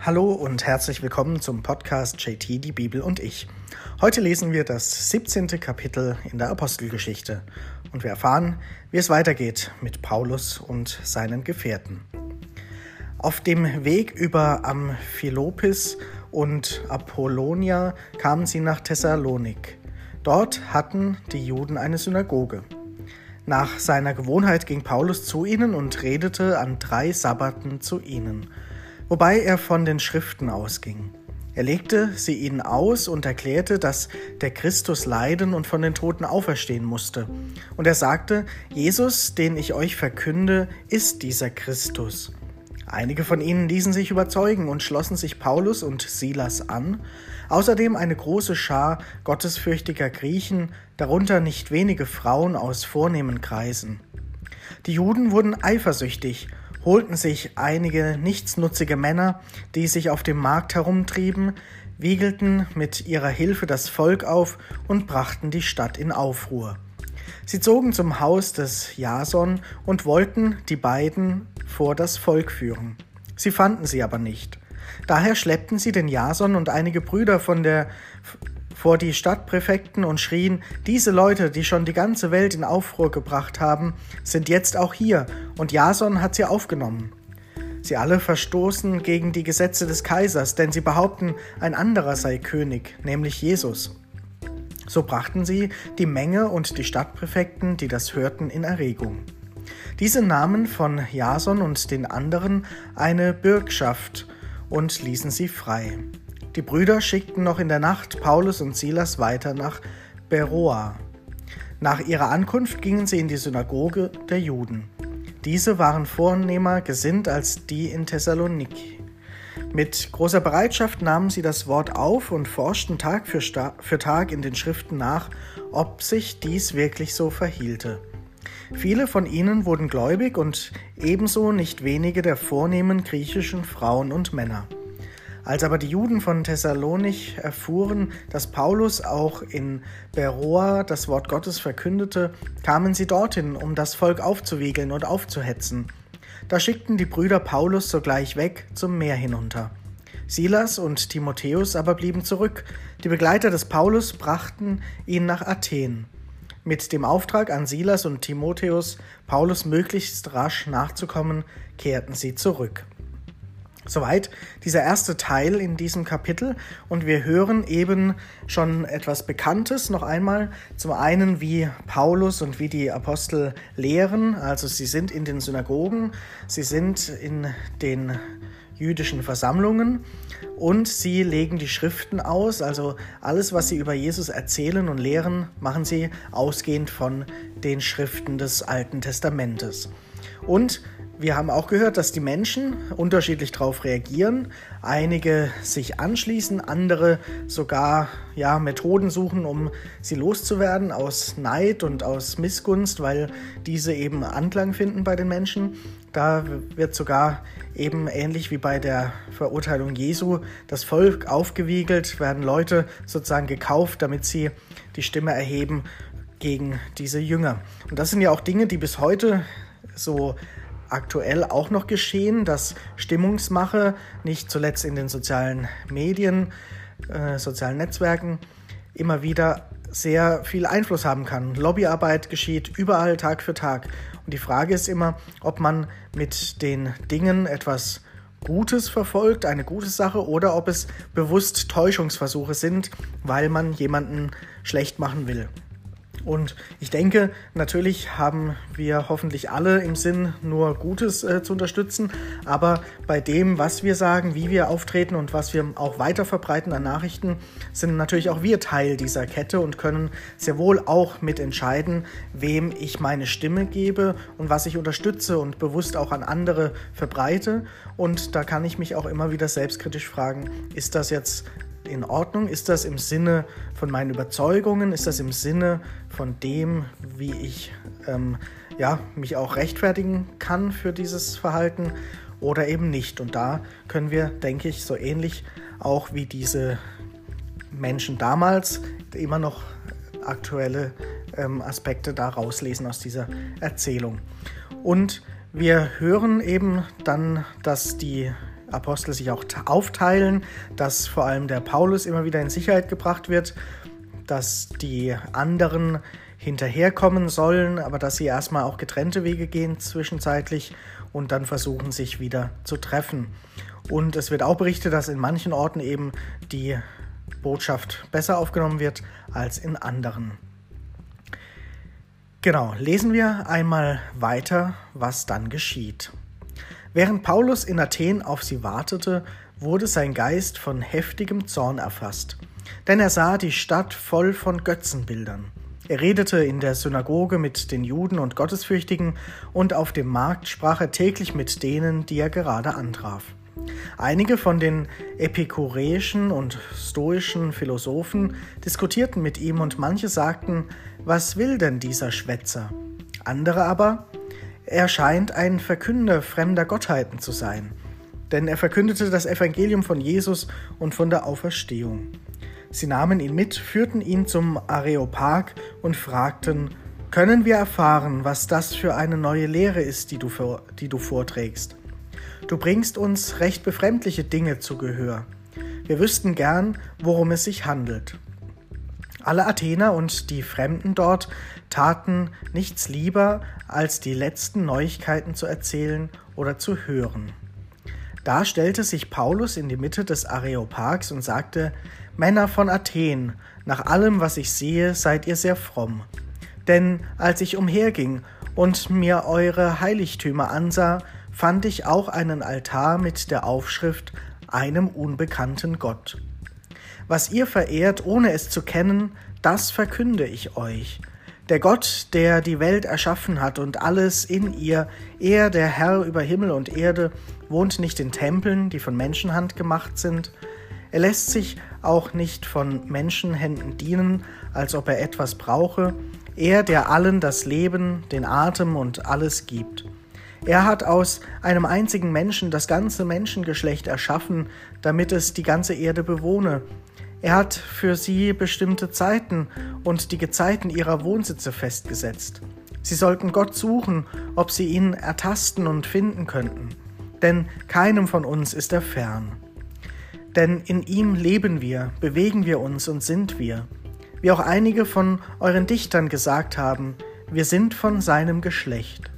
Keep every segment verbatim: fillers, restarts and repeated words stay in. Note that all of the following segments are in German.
Hallo und herzlich willkommen zum Podcast J T, die Bibel und ich. Heute lesen wir das siebzehnte Kapitel in der Apostelgeschichte und wir erfahren, wie es weitergeht mit Paulus und seinen Gefährten. Auf dem Weg über Amphilopis und Apollonia kamen sie nach Thessalonik. Dort hatten die Juden eine Synagoge. Nach seiner Gewohnheit ging Paulus zu ihnen und redete an drei Sabbaten zu ihnen, wobei er von den Schriften ausging. Er legte sie ihnen aus und erklärte, dass der Christus leiden und von den Toten auferstehen musste. Und er sagte, Jesus, den ich euch verkünde, ist dieser Christus. Einige von ihnen ließen sich überzeugen und schlossen sich Paulus und Silas an, außerdem eine große Schar gottesfürchtiger Griechen, darunter nicht wenige Frauen aus vornehmen Kreisen. Die Juden wurden eifersüchtig, holten sich einige nichtsnutzige Männer, die sich auf dem Markt herumtrieben, wiegelten mit ihrer Hilfe das Volk auf und brachten die Stadt in Aufruhr. Sie zogen zum Haus des Jason und wollten die beiden vor das Volk führen. Sie fanden sie aber nicht. Daher schleppten sie den Jason und einige Brüder von der vor die Stadtpräfekten und schrien, diese Leute, die schon die ganze Welt in Aufruhr gebracht haben, sind jetzt auch hier, und Jason hat sie aufgenommen. Sie alle verstoßen gegen die Gesetze des Kaisers, denn sie behaupten, ein anderer sei König, nämlich Jesus. So brachten sie die Menge und die Stadtpräfekten, die das hörten, in Erregung. Diese nahmen von Jason und den anderen eine Bürgschaft und ließen sie frei. Die Brüder schickten noch in der Nacht Paulus und Silas weiter nach Beroa. Nach ihrer Ankunft gingen sie in die Synagoge der Juden. Diese waren vornehmer gesinnt als die in Thessaloniki. Mit großer Bereitschaft nahmen sie das Wort auf und forschten Tag für, Sta- für Tag in den Schriften nach, ob sich dies wirklich so verhielte. Viele von ihnen wurden gläubig und ebenso nicht wenige der vornehmen griechischen Frauen und Männer. Als aber die Juden von Thessalonich erfuhren, dass Paulus auch in Beroa das Wort Gottes verkündete, kamen sie dorthin, um das Volk aufzuwiegeln und aufzuhetzen. Da schickten die Brüder Paulus sogleich weg zum Meer hinunter. Silas und Timotheus aber blieben zurück. Die Begleiter des Paulus brachten ihn nach Athen. Mit dem Auftrag an Silas und Timotheus, Paulus möglichst rasch nachzukommen, kehrten sie zurück. Soweit dieser erste Teil in diesem Kapitel, und wir hören eben schon etwas Bekanntes noch einmal. Zum einen, wie Paulus und wie die Apostel lehren, also sie sind in den Synagogen, sie sind in den jüdischen Versammlungen und sie legen die Schriften aus, also alles, was sie über Jesus erzählen und lehren, machen sie ausgehend von den Schriften des Alten Testamentes. Und wir haben auch gehört, dass die Menschen unterschiedlich darauf reagieren. Einige sich anschließen, andere sogar ja, Methoden suchen, um sie loszuwerden aus Neid und aus Missgunst, weil diese eben Anklang finden bei den Menschen. Da wird sogar eben ähnlich wie bei der Verurteilung Jesu das Volk aufgewiegelt, werden Leute sozusagen gekauft, damit sie die Stimme erheben gegen diese Jünger. Und das sind ja auch Dinge, die bis heute so aktuell auch noch geschehen, dass Stimmungsmache nicht zuletzt in den sozialen Medien, äh, sozialen Netzwerken immer wieder sehr viel Einfluss haben kann. Lobbyarbeit geschieht überall Tag für Tag. Und die Frage ist immer, ob man mit den Dingen etwas Gutes verfolgt, eine gute Sache, oder ob es bewusst Täuschungsversuche sind, weil man jemanden schlecht machen will. Und ich denke, natürlich haben wir hoffentlich alle im Sinn, nur Gutes äh, zu unterstützen, aber bei dem, was wir sagen, wie wir auftreten und was wir auch weiter verbreiten an Nachrichten, sind natürlich auch wir Teil dieser Kette und können sehr wohl auch mitentscheiden, wem ich meine Stimme gebe und was ich unterstütze und bewusst auch an andere verbreite. Und da kann ich mich auch immer wieder selbstkritisch fragen, ist das jetzt in Ordnung? Ist das im Sinne von meinen Überzeugungen? Ist das im Sinne von dem, wie ich ähm, ja, mich auch rechtfertigen kann für dieses Verhalten oder eben nicht? Und da können wir, denke ich, so ähnlich auch wie diese Menschen damals immer noch aktuelle ähm, Aspekte da rauslesen aus dieser Erzählung. Und wir hören eben dann, dass die Apostel sich auch aufteilen, dass vor allem der Paulus immer wieder in Sicherheit gebracht wird, dass die anderen hinterherkommen sollen, aber dass sie erstmal auch getrennte Wege gehen zwischenzeitlich und dann versuchen, sich wieder zu treffen. Und es wird auch berichtet, dass in manchen Orten eben die Botschaft besser aufgenommen wird als in anderen. Genau, lesen wir einmal weiter, was dann geschieht. Während Paulus in Athen auf sie wartete, wurde sein Geist von heftigem Zorn erfasst, denn er sah die Stadt voll von Götzenbildern. Er redete in der Synagoge mit den Juden und Gottesfürchtigen und auf dem Markt sprach er täglich mit denen, die er gerade antraf. Einige von den epikureischen und stoischen Philosophen diskutierten mit ihm und manche sagten, was will denn dieser Schwätzer? Andere aber, er scheint ein Verkünder fremder Gottheiten zu sein, denn er verkündete das Evangelium von Jesus und von der Auferstehung. Sie nahmen ihn mit, führten ihn zum Areopag und fragten, können wir erfahren, was das für eine neue Lehre ist, die du, vor, die du vorträgst? Du bringst uns recht befremdliche Dinge zu Gehör. Wir wüssten gern, worum es sich handelt. Alle Athener und die Fremden dort taten nichts lieber, als die letzten Neuigkeiten zu erzählen oder zu hören. Da stellte sich Paulus in die Mitte des Areopags und sagte, Männer von Athen, nach allem, was ich sehe, seid ihr sehr fromm. Denn als ich umherging und mir eure Heiligtümer ansah, fand ich auch einen Altar mit der Aufschrift einem unbekannten Gott. Was ihr verehrt, ohne es zu kennen, das verkünde ich euch. Der Gott, der die Welt erschaffen hat und alles in ihr, er, der Herr über Himmel und Erde, wohnt nicht in Tempeln, die von Menschenhand gemacht sind. Er lässt sich auch nicht von Menschenhänden dienen, als ob er etwas brauche. Er, der allen das Leben, den Atem und alles gibt. Er hat aus einem einzigen Menschen das ganze Menschengeschlecht erschaffen, damit es die ganze Erde bewohne. Er hat für sie bestimmte Zeiten und die Gezeiten ihrer Wohnsitze festgesetzt. Sie sollten Gott suchen, ob sie ihn ertasten und finden könnten. Denn keinem von uns ist er fern. Denn in ihm leben wir, bewegen wir uns und sind wir. Wie auch einige von euren Dichtern gesagt haben, wir sind von seinem Geschlecht.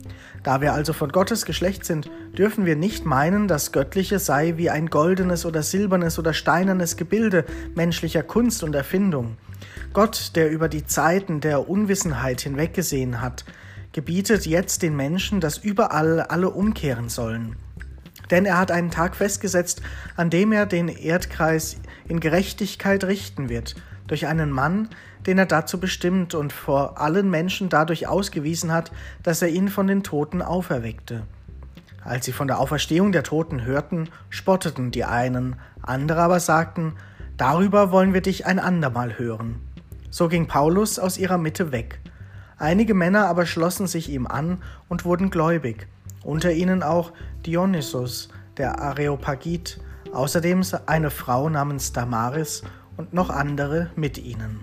Da wir also von Gottes Geschlecht sind, dürfen wir nicht meinen, das Göttliche sei wie ein goldenes oder silbernes oder steinernes Gebilde menschlicher Kunst und Erfindung. Gott, der über die Zeiten der Unwissenheit hinweggesehen hat, gebietet jetzt den Menschen, dass überall alle umkehren sollen. Denn er hat einen Tag festgesetzt, an dem er den Erdkreis in Gerechtigkeit richten wird, durch einen Mann, den er dazu bestimmt und vor allen Menschen dadurch ausgewiesen hat, dass er ihn von den Toten auferweckte. Als sie von der Auferstehung der Toten hörten, spotteten die einen, andere aber sagten, darüber wollen wir dich ein andermal hören. So ging Paulus aus ihrer Mitte weg. Einige Männer aber schlossen sich ihm an und wurden gläubig, unter ihnen auch Dionysos, der Areopagit, außerdem eine Frau namens Damaris und noch andere mit ihnen.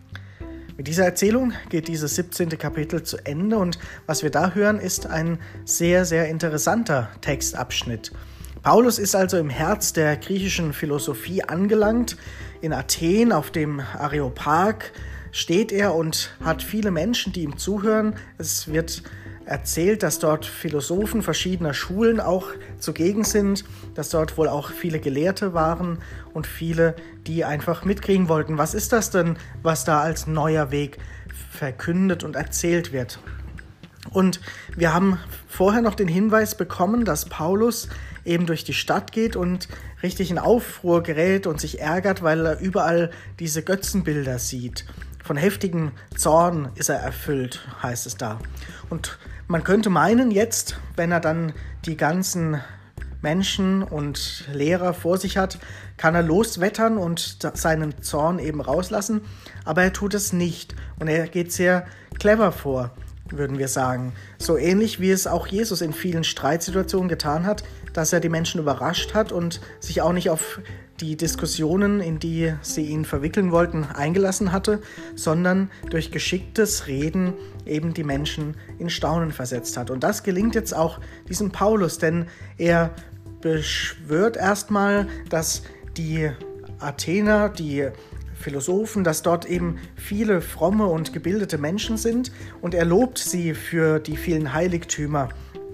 Mit dieser Erzählung geht dieses siebzehnte Kapitel zu Ende und was wir da hören, ist ein sehr, sehr interessanter Textabschnitt. Paulus ist also im Herz der griechischen Philosophie angelangt. In Athen auf dem Areopag steht er und hat viele Menschen, die ihm zuhören. Es wird erzählt, dass dort Philosophen verschiedener Schulen auch zugegen sind, dass dort wohl auch viele Gelehrte waren und viele, die einfach mitkriegen wollten, was ist das denn, was da als neuer Weg verkündet und erzählt wird. Und wir haben vorher noch den Hinweis bekommen, dass Paulus eben durch die Stadt geht und richtig in Aufruhr gerät und sich ärgert, weil er überall diese Götzenbilder sieht. Von heftigem Zorn ist er erfüllt, heißt es da. Und man könnte meinen, jetzt, wenn er dann die ganzen Menschen und Lehrer vor sich hat, kann er loswettern und seinen Zorn eben rauslassen, aber er tut es nicht und er geht sehr clever vor, würden wir sagen. So ähnlich wie es auch Jesus in vielen Streitsituationen getan hat, dass er die Menschen überrascht hat und sich auch nicht auf die Diskussionen, in die sie ihn verwickeln wollten, eingelassen hatte, sondern durch geschicktes Reden eben die Menschen in Staunen versetzt hat. Und das gelingt jetzt auch diesem Paulus, denn er beschwört erstmal, dass die Athener, die Philosophen, dass dort eben viele fromme und gebildete Menschen sind, und er lobt sie für die vielen Heiligtümer.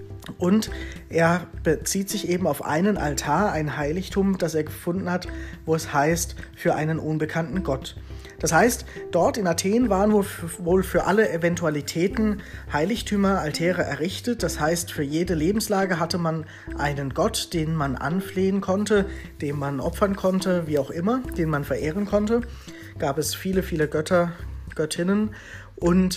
Und er bezieht sich eben auf einen Altar, ein Heiligtum, das er gefunden hat, wo es heißt, für einen unbekannten Gott. Das heißt, dort in Athen waren wohl für alle Eventualitäten Heiligtümer, Altäre errichtet. Das heißt, für jede Lebenslage hatte man einen Gott, den man anflehen konnte, dem man opfern konnte, wie auch immer, den man verehren konnte. Gab es viele, viele Götter, Göttinnen, und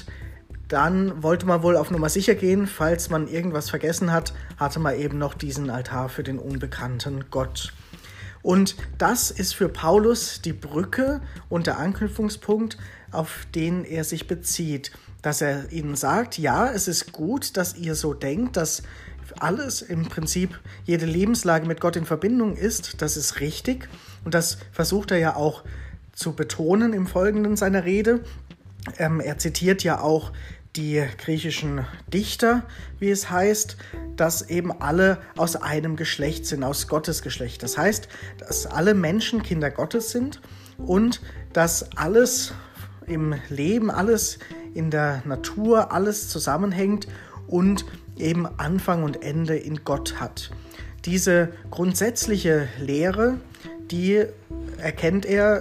dann wollte man wohl auf Nummer sicher gehen, falls man irgendwas vergessen hat, hatte man eben noch diesen Altar für den unbekannten Gott. Und das ist für Paulus die Brücke und der Anknüpfungspunkt, auf den er sich bezieht. Dass er ihnen sagt, ja, es ist gut, dass ihr so denkt, dass alles im Prinzip, jede Lebenslage mit Gott in Verbindung ist. Das ist richtig, und das versucht er ja auch zu betonen im Folgenden seiner Rede. Ähm, er zitiert ja auch die griechischen Dichter, wie es heißt, dass eben alle aus einem Geschlecht sind, aus Gottes Geschlecht. Das heißt, dass alle Menschen Kinder Gottes sind und dass alles im Leben, alles in der Natur, alles zusammenhängt und eben Anfang und Ende in Gott hat. Diese grundsätzliche Lehre, die erkennt er,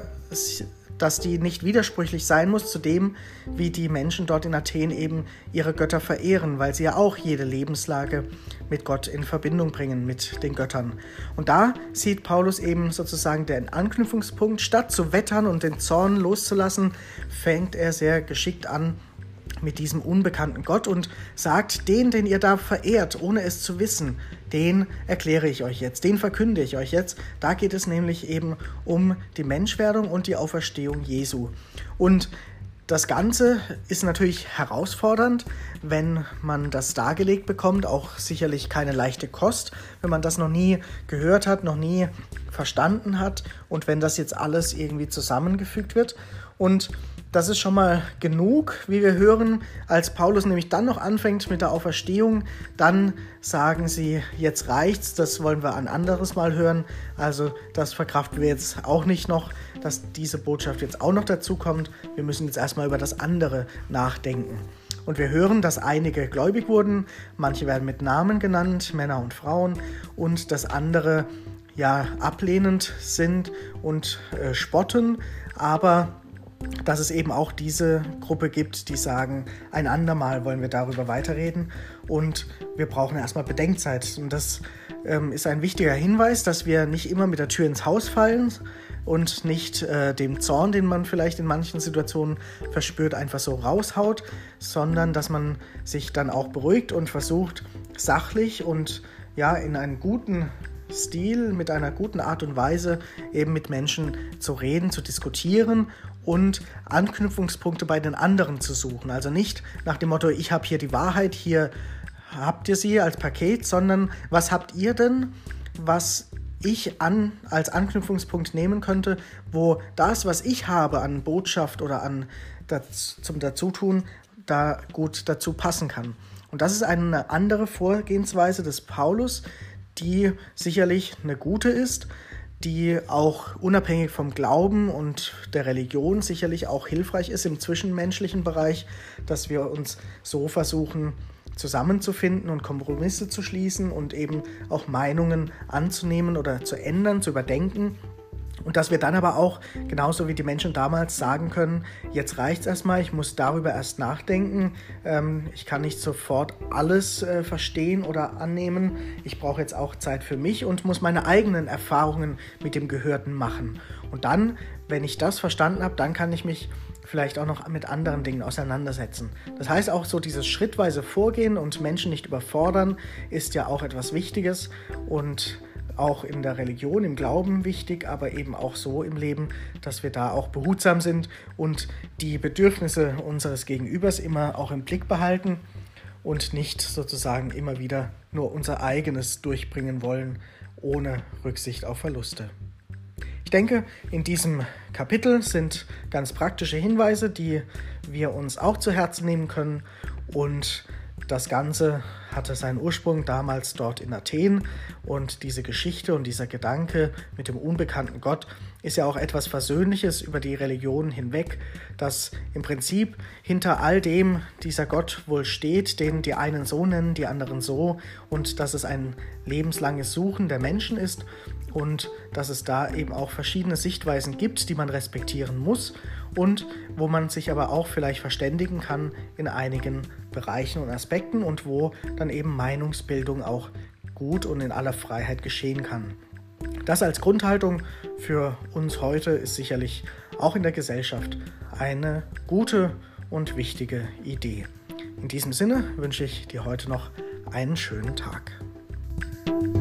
dass die nicht widersprüchlich sein muss zu dem, wie die Menschen dort in Athen eben ihre Götter verehren, weil sie ja auch jede Lebenslage mit Gott in Verbindung bringen, mit den Göttern. Und da sieht Paulus eben sozusagen den Anknüpfungspunkt. Statt zu wettern und den Zorn loszulassen, fängt er sehr geschickt an mit diesem unbekannten Gott und sagt, den, den ihr da verehrt, ohne es zu wissen, den erkläre ich euch jetzt, den verkünde ich euch jetzt. Da geht es nämlich eben um die Menschwerdung und die Auferstehung Jesu. Und das Ganze ist natürlich herausfordernd, wenn man das dargelegt bekommt, auch sicherlich keine leichte Kost, wenn man das noch nie gehört hat, noch nie verstanden hat und wenn das jetzt alles irgendwie zusammengefügt wird. Und das ist schon mal genug, wie wir hören, als Paulus nämlich dann noch anfängt mit der Auferstehung, dann sagen sie, jetzt reicht's, das wollen wir ein anderes Mal hören. Also das verkraften wir jetzt auch nicht noch, dass diese Botschaft jetzt auch noch dazu kommt. Wir müssen jetzt erstmal über das andere nachdenken. Und wir hören, dass einige gläubig wurden, manche werden mit Namen genannt, Männer und Frauen, und dass andere ja ablehnend sind und äh, spotten, aber dass es eben auch diese Gruppe gibt, die sagen, ein andermal wollen wir darüber weiterreden und wir brauchen erstmal Bedenkzeit. Und das ähm, ist ein wichtiger Hinweis, dass wir nicht immer mit der Tür ins Haus fallen und nicht äh, dem Zorn, den man vielleicht in manchen Situationen verspürt, einfach so raushaut, sondern dass man sich dann auch beruhigt und versucht, sachlich und ja in einen guten Stil, mit einer guten Art und Weise eben mit Menschen zu reden, zu diskutieren und Anknüpfungspunkte bei den anderen zu suchen. Also nicht nach dem Motto, ich habe hier die Wahrheit, hier habt ihr sie als Paket, sondern was habt ihr denn, was ich an, als Anknüpfungspunkt nehmen könnte, wo das, was ich habe an Botschaft oder an das, zum Dazutun, da gut dazu passen kann. Und das ist eine andere Vorgehensweise des Paulus, die sicherlich eine gute ist, die auch unabhängig vom Glauben und der Religion sicherlich auch hilfreich ist im zwischenmenschlichen Bereich, dass wir uns so versuchen zusammenzufinden und Kompromisse zu schließen und eben auch Meinungen anzunehmen oder zu ändern, zu überdenken. Und dass wir dann aber auch, genauso wie die Menschen damals, sagen können, jetzt reicht's erstmal, ich muss darüber erst nachdenken, ähm, ich kann nicht sofort alles äh, verstehen oder annehmen, ich brauche jetzt auch Zeit für mich und muss meine eigenen Erfahrungen mit dem Gehörten machen. Und dann, wenn ich das verstanden habe, dann kann ich mich vielleicht auch noch mit anderen Dingen auseinandersetzen. Das heißt auch so dieses schrittweise Vorgehen und Menschen nicht überfordern, ist ja auch etwas Wichtiges und auch in der Religion, im Glauben wichtig, aber eben auch so im Leben, dass wir da auch behutsam sind und die Bedürfnisse unseres Gegenübers immer auch im Blick behalten und nicht sozusagen immer wieder nur unser eigenes durchbringen wollen, ohne Rücksicht auf Verluste. Ich denke, in diesem Kapitel sind ganz praktische Hinweise, die wir uns auch zu Herzen nehmen können und Das Ganze hatte seinen Ursprung damals dort in Athen und diese Geschichte und dieser Gedanke mit dem unbekannten Gott ist ja auch etwas Versöhnliches über die Religionen hinweg, dass im Prinzip hinter all dem dieser Gott wohl steht, den die einen so nennen, die anderen so, und dass es ein lebenslanges Suchen der Menschen ist und dass es da eben auch verschiedene Sichtweisen gibt, die man respektieren muss und wo man sich aber auch vielleicht verständigen kann in einigen Bereichen und Aspekten und wo dann eben Meinungsbildung auch gut und in aller Freiheit geschehen kann. Das als Grundhaltung für uns heute ist sicherlich auch in der Gesellschaft eine gute und wichtige Idee. In diesem Sinne wünsche ich dir heute noch einen schönen Tag.